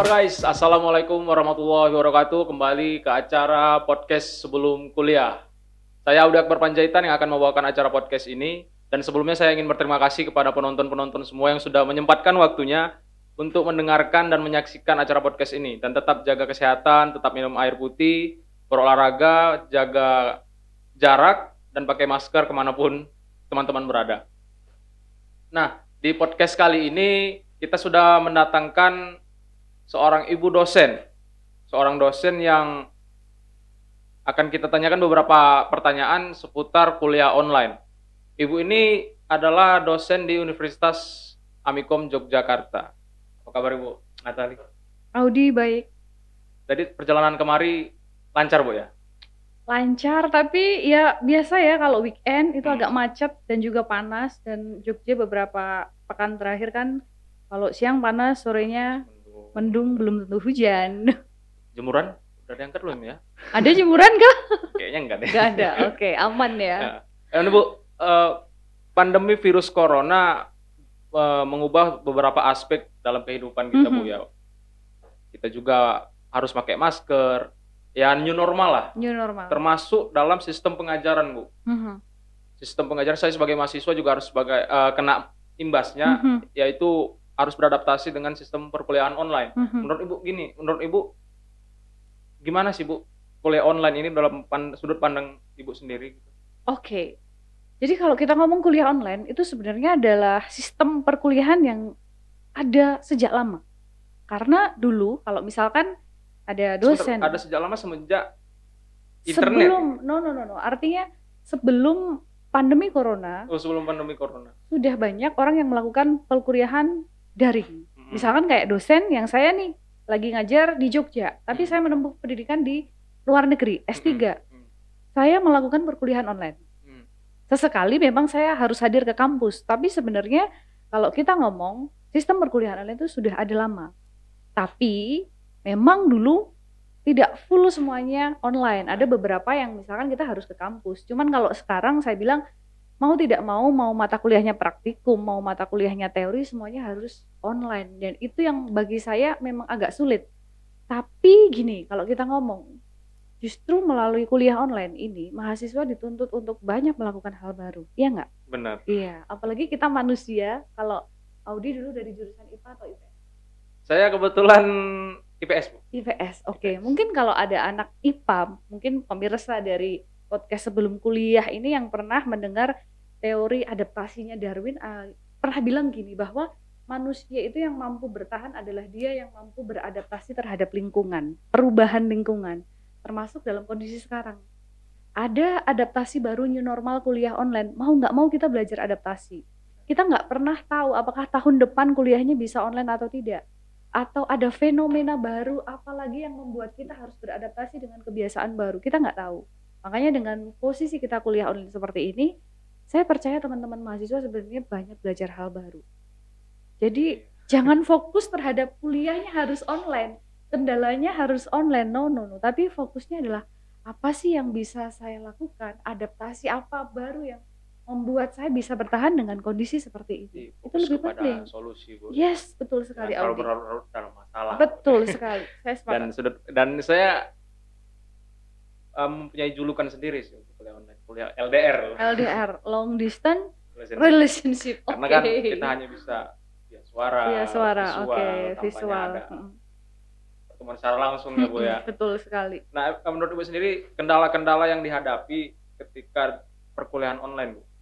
guys, Assalamualaikum warahmatullahi wabarakatuh. Kembali ke acara podcast sebelum kuliah. Saya Audi Akbar Panjaitan yang akan membawakan acara podcast ini. Dan sebelumnya saya ingin berterima kasih kepada penonton-penonton semua yang sudah menyempatkan waktunya untuk mendengarkan dan menyaksikan acara podcast ini. Dan tetap jaga kesehatan, tetap minum air putih, berolahraga, jaga jarak, dan pakai masker kemanapun teman-teman berada. Nah, di podcast kali ini kita sudah mendatangkan seorang ibu dosen, seorang dosen yang akan kita tanyakan beberapa pertanyaan seputar kuliah online. Ibu ini adalah dosen di Universitas Amikom Yogyakarta. Apa kabar Ibu Natali? Audi baik. Jadi perjalanan kemari lancar Bu ya? Lancar, tapi ya biasa ya kalau weekend itu agak macet dan juga panas. Dan Jogja beberapa pekan terakhir kan kalau siang panas, sorenya mendung, belum tentu hujan. Jemuran udah diangkat belum ya? Ada jemuran kah? Kayaknya enggak deh. Nggak ada, oke, aman ya. Nah, Bu, pandemi virus corona mengubah beberapa aspek dalam kehidupan kita Bu ya. Kita juga harus pakai masker, ya new normal lah. New normal. Termasuk dalam sistem pengajaran Bu. Sistem pengajaran saya sebagai mahasiswa juga harus kena imbasnya, yaitu harus beradaptasi dengan sistem perkuliahan online. Menurut Ibu gimana sih Bu kuliah online ini dalam sudut pandang Ibu sendiri? Oke. Jadi kalau kita ngomong kuliah online itu sebenarnya adalah sistem perkuliahan yang ada sejak lama. Karena dulu kalau misalkan ada dosen. Ada sejak lama semenjak internet. Artinya sebelum pandemi corona. Oh, sebelum pandemi corona. Sudah banyak orang yang melakukan perkuliahan daring. Misalkan kayak dosen yang saya nih lagi ngajar di Jogja, tapi saya menempuh pendidikan di luar negeri, S3. Saya melakukan perkuliahan online. Sesekali memang saya harus hadir ke kampus, tapi sebenarnya kalau kita ngomong sistem perkuliahan online itu sudah ada lama. Tapi memang dulu tidak full semuanya online. Ada beberapa yang misalkan kita harus ke kampus. Cuman kalau sekarang saya bilang mau tidak mau mata kuliahnya praktikum, mau mata kuliahnya teori, semuanya harus online. Dan itu yang bagi saya memang agak sulit. Tapi gini, kalau kita ngomong, justru melalui kuliah online ini, mahasiswa dituntut untuk banyak melakukan hal baru. Iya nggak? Benar. Iya, apalagi kita manusia. Kalau Audi dulu dari jurusan IPA atau IPS? Saya kebetulan IPS, Bu. IPS, oke. Mungkin kalau ada anak IPA, mungkin pemirsa dari podcast sebelum kuliah ini yang pernah mendengar teori adaptasinya Darwin, pernah bilang gini, bahwa manusia itu yang mampu bertahan adalah dia yang mampu beradaptasi terhadap lingkungan, perubahan lingkungan, termasuk dalam kondisi sekarang. Ada adaptasi baru new normal kuliah online, mau nggak mau kita belajar adaptasi. Kita nggak pernah tahu apakah tahun depan kuliahnya bisa online atau tidak. Atau ada fenomena baru apalagi yang membuat kita harus beradaptasi dengan kebiasaan baru, kita nggak tahu. Makanya dengan posisi kita kuliah online seperti ini, saya percaya teman-teman mahasiswa sebenarnya banyak belajar hal baru. Jadi jangan fokus terhadap kuliahnya harus online, kendalanya harus online, no. Tapi fokusnya adalah apa sih yang bisa saya lakukan, adaptasi apa baru yang membuat saya bisa bertahan dengan kondisi seperti ini. Itu lebih penting. Solusi, Bu. Yes, betul sekali. Kalau berlarut-larut dalam masalah. Betul sekali. Saya sepakat. Dan saya mempunyai julukan sendiri sih untuk kuliah online, kuliah LDR, long distance relationship. Karena kan kita hanya bisa via suara, visual. Pertemuan secara langsung ya Bu ya. Betul sekali. Nah, menurut Ibu sendiri kendala-kendala yang dihadapi ketika perkuliahan online, Bu?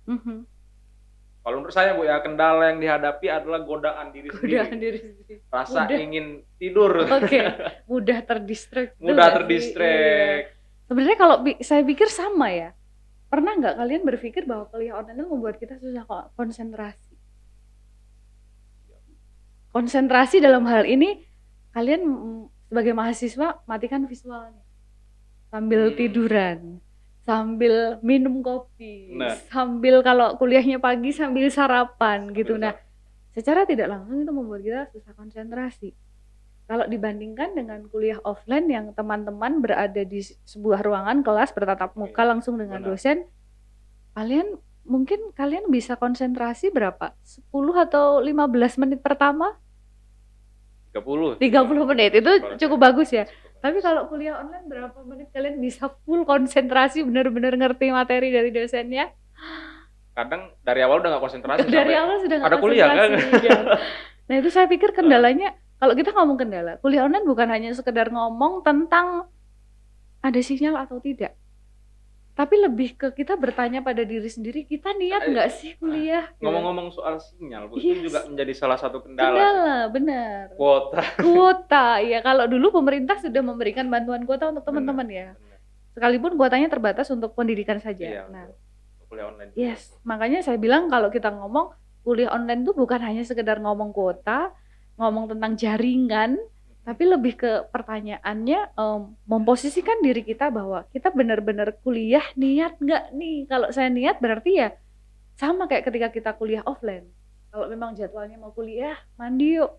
Kalau menurut saya Bu ya, kendala yang dihadapi adalah godaan diri sendiri. Rasa ingin tidur. Mudah terdistract. Iya. Sebenarnya kalau saya pikir sama ya. Pernah nggak kalian berpikir bahwa kuliah online itu membuat kita susah konsentrasi? Konsentrasi dalam hal ini, kalian sebagai mahasiswa matikan visualnya sambil tiduran, sambil minum kopi, sambil kalau kuliahnya pagi sambil sarapan gitu. Nah, secara tidak langsung itu membuat kita susah konsentrasi. Kalau dibandingkan dengan kuliah offline yang teman-teman berada di sebuah ruangan kelas bertatap muka langsung dengan dosen, kalian bisa konsentrasi berapa? 10 atau 15 menit pertama? 30. 30 menit itu Kalau cukup saya- bagus ya. cukup Tapi bagus. kalau kuliah online berapa menit kalian bisa full konsentrasi benar-benar ngerti materi dari dosennya? Kadang dari awal udah nggak konsentrasi Dari sampai awal sudah nggak ada kuliah kan. konsentrasi, iya. Nah itu saya pikir kendalanya, kalau kita ngomong kendala, kuliah online bukan hanya sekedar ngomong tentang ada sinyal atau tidak, tapi lebih ke kita bertanya pada diri sendiri, kita niat nggak sih kuliah? Ngomong-ngomong soal sinyal, Bu, itu Yes. juga menjadi salah satu kendala. Kendala, benar. Kuota. Kuota, ya kalau dulu pemerintah sudah memberikan bantuan kuota untuk teman-teman ya. Benar. Sekalipun kuotanya terbatas untuk pendidikan saja. Iya, Nah, untuk kuliah online. yes, makanya saya bilang kalau kita ngomong kuliah online itu bukan hanya sekedar ngomong kuota, ngomong tentang jaringan, tapi lebih ke pertanyaannya memposisikan diri kita bahwa kita benar-benar kuliah niat nggak nih? Kalau saya niat berarti ya sama kayak ketika kita kuliah offline. Kalau memang jadwalnya mau kuliah, mandi yuk.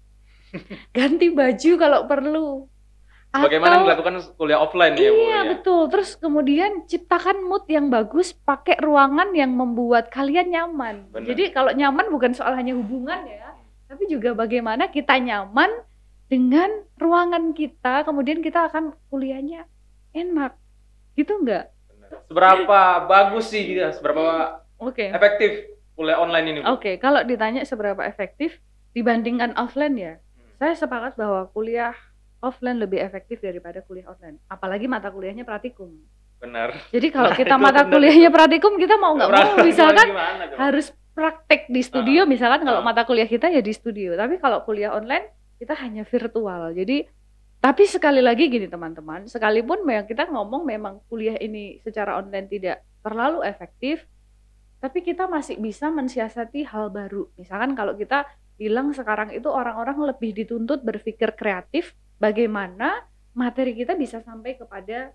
Ganti baju kalau perlu. Bagaimana yang dilakukan kuliah offline ya, Bu? Iya, betul. Terus kemudian ciptakan mood yang bagus, pakai ruangan yang membuat kalian nyaman. Benar. Jadi kalau nyaman bukan soal hanya hubungan ya, tapi juga bagaimana kita nyaman dengan ruangan kita, kemudian kita akan kuliahnya enak. Gitu enggak? Benar. Seberapa bagus sih gitu, seberapa Oke. efektif kuliah online ini, Bu? Oke, kalau ditanya seberapa efektif dibandingkan offline ya, saya sepakat bahwa kuliah offline lebih efektif daripada kuliah online. Apalagi mata kuliahnya praktikum. Benar. Jadi kalau Nah, kita itu mata benar. kuliahnya praktikum, kita mau nggak mau Praktikum misalkan gimana, coba? harus praktek di studio, misalkan kalau Ah. mata kuliah kita ya di studio. Tapi kalau kuliah online kita hanya virtual. Jadi tapi sekali lagi gini teman-teman, sekalipun kita ngomong memang kuliah ini secara online tidak terlalu efektif, tapi kita masih bisa mensiasati hal baru. Misalkan kalau kita bilang sekarang itu orang-orang lebih dituntut berpikir kreatif, bagaimana materi kita bisa sampai kepada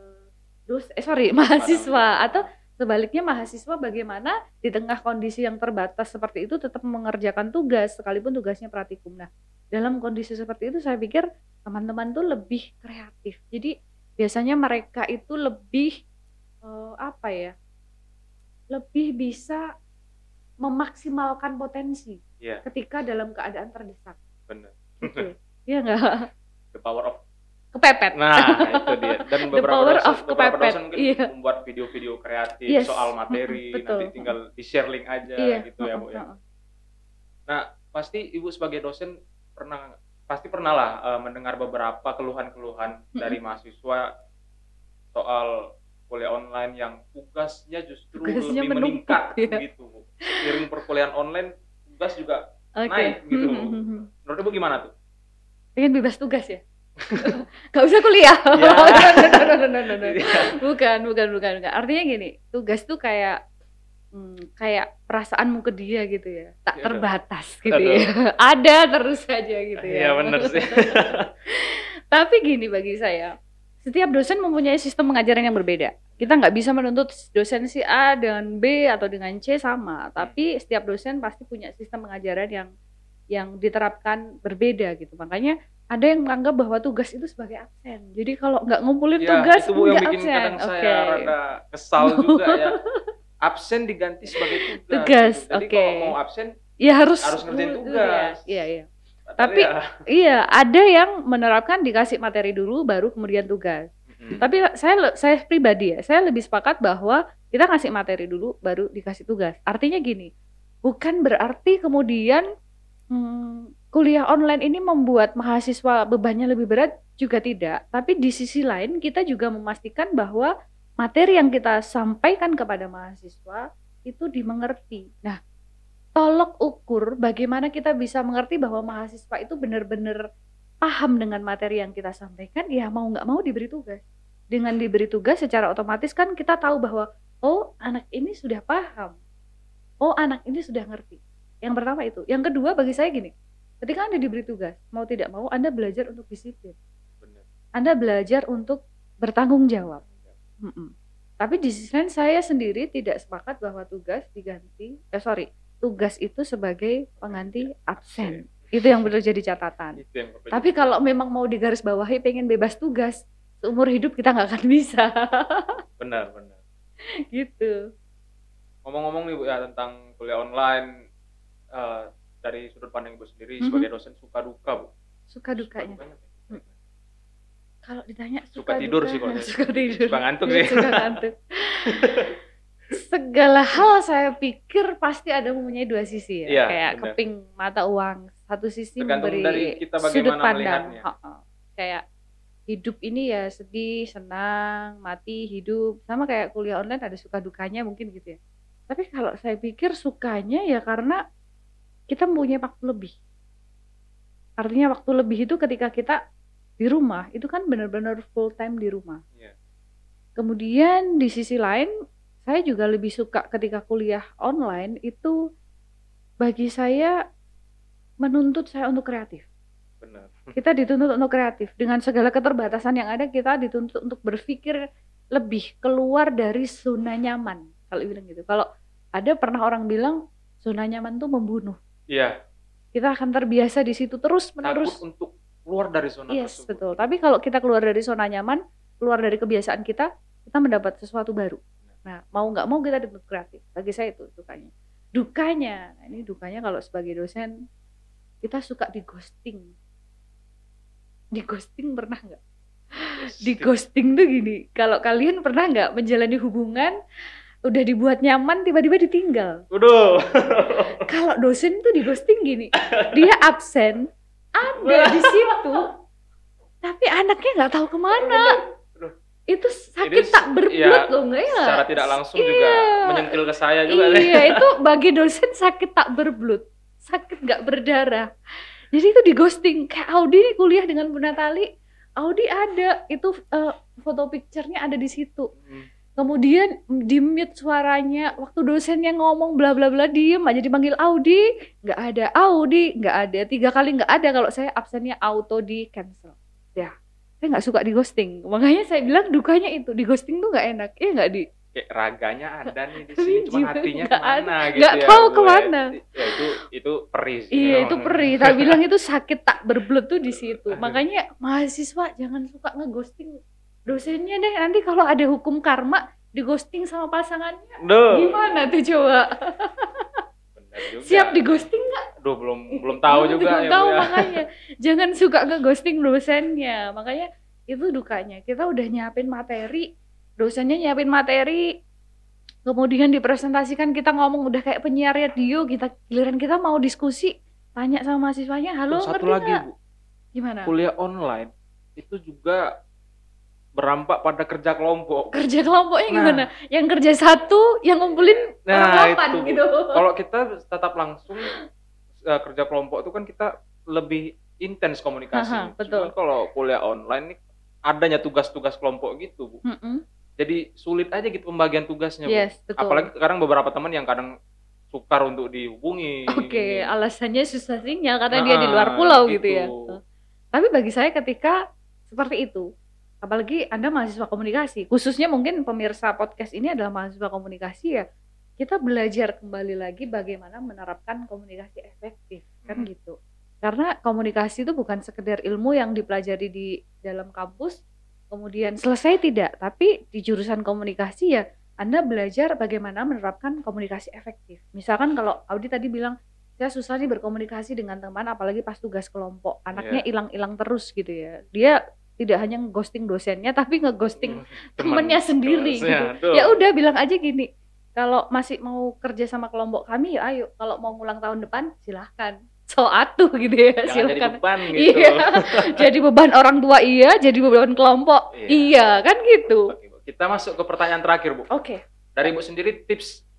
mahasiswa, atau sebaliknya mahasiswa bagaimana di tengah kondisi yang terbatas seperti itu tetap mengerjakan tugas sekalipun tugasnya praktikum. Nah, dalam kondisi seperti itu saya pikir teman-teman tuh lebih kreatif. Jadi biasanya mereka itu lebih lebih bisa memaksimalkan potensi Iya, ketika dalam keadaan terdesak. benar. Gitu. Iya nggak? The power of Kepepet. Nah, itu dia. Dan The power of beberapa kepepet. dosen mungkin Iya. membuat video-video kreatif Yes. soal materi, Betul. nanti tinggal di-share link aja Iya. gitu ya, Bu ya. Heeh. Nah, pasti Ibu sebagai dosen pasti pernah lah mendengar beberapa keluhan-keluhan dari mahasiswa soal kuliah online yang tugasnya justru Tugasnya lebih menumpuk, meningkat ya. gitu. Seiring perkuliahan online, tugas juga Oke. naik gitu. Menurut Ibu gimana tuh? Pengen bebas tugas ya? Gak usah kuliah. Ya. No. Bukan. Artinya gini, tugas tuh kayak perasaanmu ke dia gitu ya, tak Ya, terbatas gitu aduh. ya. Ada terus saja gitu ya. Iya benar sih. Tapi gini bagi saya, setiap dosen mempunyai sistem pengajaran yang berbeda. Kita nggak bisa menuntut dosen si A dengan B atau dengan C sama, tapi setiap dosen pasti punya sistem pengajaran yang diterapkan berbeda gitu. Makanya ada yang menganggap bahwa tugas itu sebagai absen. Jadi kalau nggak ngumpulin Ya, tugas itu Bu yang nggak bikin absen. kadang saya Oke. rada kesal juga ya. Absen diganti sebagai tugas. Tugas, gitu. Jadi oke. kalau mau absen Ya harus ngerjain tugas. Iya. padahal Tapi ya, iya, ada yang menerapkan dikasih materi dulu baru kemudian tugas. Tapi saya pribadi ya, saya lebih sepakat bahwa kita ngasih materi dulu baru dikasih tugas. Artinya gini, bukan berarti kemudian kuliah online ini membuat mahasiswa bebannya lebih berat, juga tidak. Tapi di sisi lain kita juga memastikan bahwa materi yang kita sampaikan kepada mahasiswa itu dimengerti. Nah, tolok ukur bagaimana kita bisa mengerti bahwa mahasiswa itu benar-benar paham dengan materi yang kita sampaikan, ya mau nggak mau diberi tugas. Dengan diberi tugas secara otomatis kan kita tahu bahwa oh anak ini sudah paham, oh anak ini sudah ngerti. Yang pertama itu. Yang kedua bagi saya gini, ketika Anda diberi tugas, mau tidak mau Anda belajar untuk disiplin. bener. Anda belajar untuk bertanggung jawab. Tapi di sisi lain saya sendiri tidak sepakat bahwa tugas itu sebagai pengganti absen. Itu yang perlu jadi catatan. Itu yang perlu Tapi kalau memang mau digarisbawahi pengen bebas tugas, seumur hidup kita nggak akan bisa. benar. Gitu. Ngomong-ngomong nih Bu ya tentang kuliah online dari sudut pandang Ibu sendiri sebagai dosen suka duka Bu. Suka dukanya. Kalau ditanya Suka tidur duka, sih kalau suka tidur. Suka ngantuk sih. Suka ngantuk. Segala hal saya pikir pasti ada mempunyai dua sisi ya. Iya, kayak benar. keping mata uang, satu sisi Tergantung memberi dari kita sudut bagaimana pandang. melihatnya. Kayak hidup ini ya sedih, senang, mati, hidup. Sama kayak kuliah online ada suka dukanya mungkin gitu ya. Tapi kalau saya pikir sukanya ya karena kita mempunyai waktu lebih. Artinya waktu lebih itu ketika kita di rumah, itu kan benar-benar full time di rumah. Iya. Kemudian di sisi lain, saya juga lebih suka ketika kuliah online itu bagi saya menuntut saya untuk kreatif. Benar. Kita dituntut untuk kreatif. Dengan segala keterbatasan yang ada, kita dituntut untuk berpikir lebih keluar dari zona nyaman. Kalau bilang gitu. Kalau ada pernah orang bilang zona nyaman itu membunuh. Iya. Kita akan terbiasa di situ terus menerus. Takut untuk keluar dari zona Yes, tersebut. betul. Tapi kalau kita keluar dari zona nyaman, keluar dari kebiasaan kita mendapat sesuatu baru. Nah, mau nggak mau kita dituntut kreatif. Bagi saya itu sukanya. Dukanya, nah ini dukanya kalau sebagai dosen, kita suka di ghosting. Di ghosting pernah nggak? Di ghosting tuh gini, kalau kalian pernah nggak menjalani hubungan, udah dibuat nyaman, tiba-tiba ditinggal. Waduh. Kalau dosen tuh di ghosting gini, dia absen, ada di situ, tapi anaknya nggak tahu kemana. Itu sakit Ini tak berbelut ya, loh, nggak ya? Secara tidak langsung juga menyentil ke saya juga. Iya, itu bagi dosen sakit tak berbelut, sakit nggak berdarah. Jadi itu di ghosting. Kayak Audi nih kuliah dengan Bu Natali, Audi ada itu foto picture-nya ada di situ. Kemudian di mute suaranya, waktu dosennya ngomong bla bla bla diem aja, dipanggil Audi, nggak ada Audi, nggak ada, 3 kali nggak ada. Kalau saya absennya auto di cancel. Ya, saya nggak suka di ghosting. Makanya saya bilang dukanya itu di ghosting tuh nggak enak. Iya nggak di? Kayak raganya ada nih di sini, cuma hatinya Nggak kemana gitu nggak ya. tahu kemana. Ya itu perih sih. Iya memang. itu perih. Saya bilang itu sakit tak berbelut tuh di situ. Makanya mahasiswa jangan suka ngeghosting dosennya deh. Nanti kalau ada hukum karma di ghosting sama pasangannya, Duh. gimana tuh coba? Benar juga. Siap di ghosting nggak? Duh, belum tahu juga Belum ya, tahu Bu, ya. makanya jangan suka ngeghosting dosennya. Makanya itu dukanya. Kita udah nyiapin materi, dosennya nyiapin materi, kemudian dipresentasikan, kita ngomong udah kayak penyiar radio, giliran kita mau diskusi, tanya sama mahasiswanya, halo Satu ngerti lagi, nggak? Bu. Gimana? Kuliah online itu juga berampak pada kerja kelompok. Kerja kelompoknya Nah. gimana? Yang kerja satu, yang ngumpulin orang 8 itu, Bu. gitu. Kalau kita tatap langsung kerja kelompok itu kan kita lebih intens komunikasi. Aha, betul. Cuman kalau kuliah online nih adanya tugas-tugas kelompok gitu, Bu. Jadi sulit aja gitu pembagian tugasnya, Bu. Yes, betul. Apalagi sekarang beberapa teman yang kadang sukar untuk dihubungi. Oke, alasannya susah sinyal karena dia di luar pulau gitu ya. Tapi bagi saya ketika seperti itu, apalagi Anda mahasiswa komunikasi, khususnya mungkin pemirsa podcast ini adalah mahasiswa komunikasi ya, kita belajar kembali lagi bagaimana menerapkan komunikasi efektif, kan gitu. Karena komunikasi itu bukan sekedar ilmu yang dipelajari di dalam kampus, kemudian selesai tidak, tapi di jurusan komunikasi ya Anda belajar bagaimana menerapkan komunikasi efektif. Misalkan kalau Audi tadi bilang, saya susah nih berkomunikasi dengan teman, apalagi pas tugas kelompok, anaknya hilang-hilang terus gitu ya. Dia tidak hanya ngeghosting dosennya, tapi ngeghosting temennya sendiri gitu. Ya udah bilang aja gini, kalau masih mau kerja sama kelompok kami ya ayo, kalau mau ngulang tahun depan silahkan. So atuh gitu ya, jangan silakan. jadi beban gitu. Iya. Jadi beban orang tua iya, jadi beban kelompok iya kan gitu. Oke, Bu. Kita masuk ke pertanyaan terakhir, Bu. Oke. Dari Ibu sendiri tips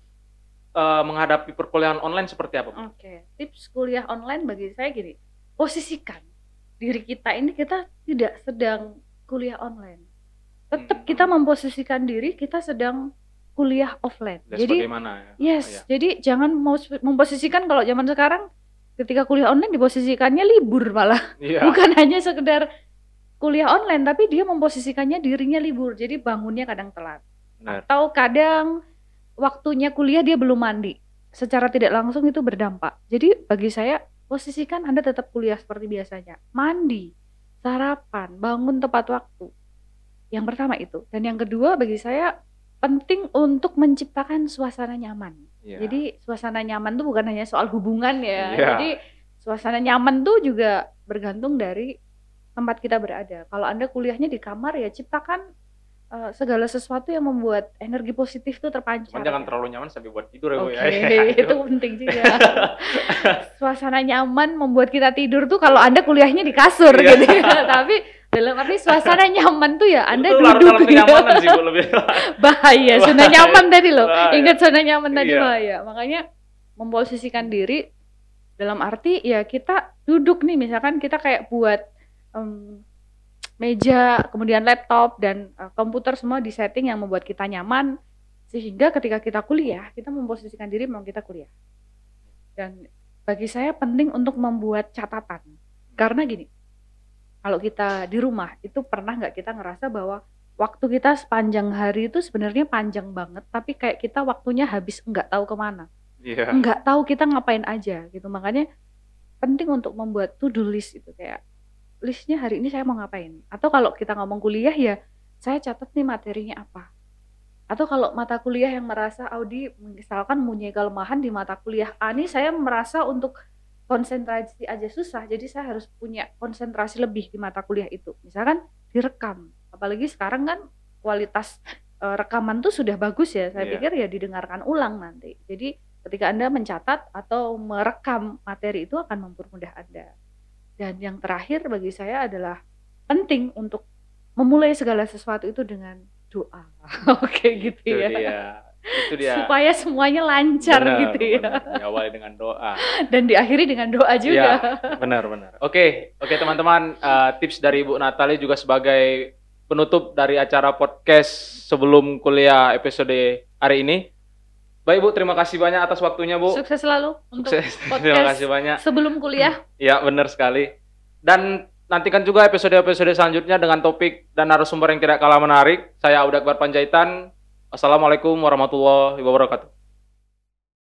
menghadapi perkuliahan online seperti apa, Bu? Oke. Tips kuliah online bagi saya gini, posisikan diri kita ini kita tidak sedang kuliah online. Tetap kita memposisikan diri kita sedang kuliah offline. Jadi bagaimana ya? Yes, jadi jangan memposisikan kalau zaman sekarang ketika kuliah online diposisikannya libur malah. Bukan hanya sekedar kuliah online tapi dia memposisikannya dirinya libur. Jadi bangunnya kadang telat. Atau kadang waktunya kuliah dia belum mandi. Secara tidak langsung itu berdampak. Jadi bagi saya posisikan Anda tetap kuliah seperti biasanya. Mandi, sarapan, bangun tepat waktu. Yang pertama itu. Dan yang kedua bagi saya penting untuk menciptakan suasana nyaman. Jadi suasana nyaman tuh bukan hanya soal hubungan ya. Jadi suasana nyaman tuh juga bergantung dari tempat kita berada. Kalau Anda kuliahnya di kamar, ya ciptakan segala sesuatu yang membuat energi positif itu terpancar. Cuman jangan terlalu nyaman sampai buat tidur ya Bu ya. Itu penting juga. Suasana nyaman membuat kita tidur tuh kalau Anda kuliahnya di kasur gitu ya. Tapi dalam arti suasana nyaman tuh ya Anda itu duduk gitu. Kenyamanan sih Bu, lebih. Bahaya, zona nyaman tadi loh. Bahaya. Ingat zona nyaman tadi Iya. bahaya. Makanya memposisikan diri dalam arti ya kita duduk nih, misalkan kita kayak buat meja, kemudian laptop dan komputer semua di setting yang membuat kita nyaman, sehingga ketika kita kuliah kita memposisikan diri memang kita kuliah. Dan bagi saya penting untuk membuat catatan, karena gini, kalau kita di rumah itu pernah nggak kita ngerasa bahwa waktu kita sepanjang hari itu sebenarnya panjang banget, tapi kayak kita waktunya habis nggak tahu kemana, Iya. nggak tahu kita ngapain aja gitu. Makanya penting untuk membuat to do list itu, kayak listnya hari ini saya mau ngapain. Atau kalau kita ngomong kuliah ya saya catat nih materinya apa. Atau kalau mata kuliah yang merasa Audi misalkan mempunyai kelemahan di mata kuliah A nih, saya merasa untuk konsentrasi aja susah, jadi saya harus punya konsentrasi lebih di mata kuliah itu. Misalkan direkam, apalagi sekarang kan kualitas rekaman tuh sudah bagus ya, saya pikir ya didengarkan ulang nanti. Jadi ketika Anda mencatat atau merekam materi itu akan mempermudah Anda. Dan yang terakhir bagi saya adalah penting untuk memulai segala sesuatu itu dengan doa. Oke gitu Itu ya. Itu dia. Supaya semuanya lancar gitu ya. Benar. Diawali dengan doa. Dan diakhiri dengan doa juga. Ya, benar. Oke teman-teman, tips dari Ibu Natali juga sebagai penutup dari acara podcast sebelum kuliah episode hari ini. Baik Bu, terima kasih banyak atas waktunya Bu. Sukses selalu untuk Sukses. podcast Terima kasih banyak. sebelum kuliah. Ya, benar sekali. Dan nantikan juga episode-episode selanjutnya dengan topik dan narasumber yang tidak kalah menarik. Saya Auda Akbar Panjaitan. Assalamualaikum warahmatullahi wabarakatuh.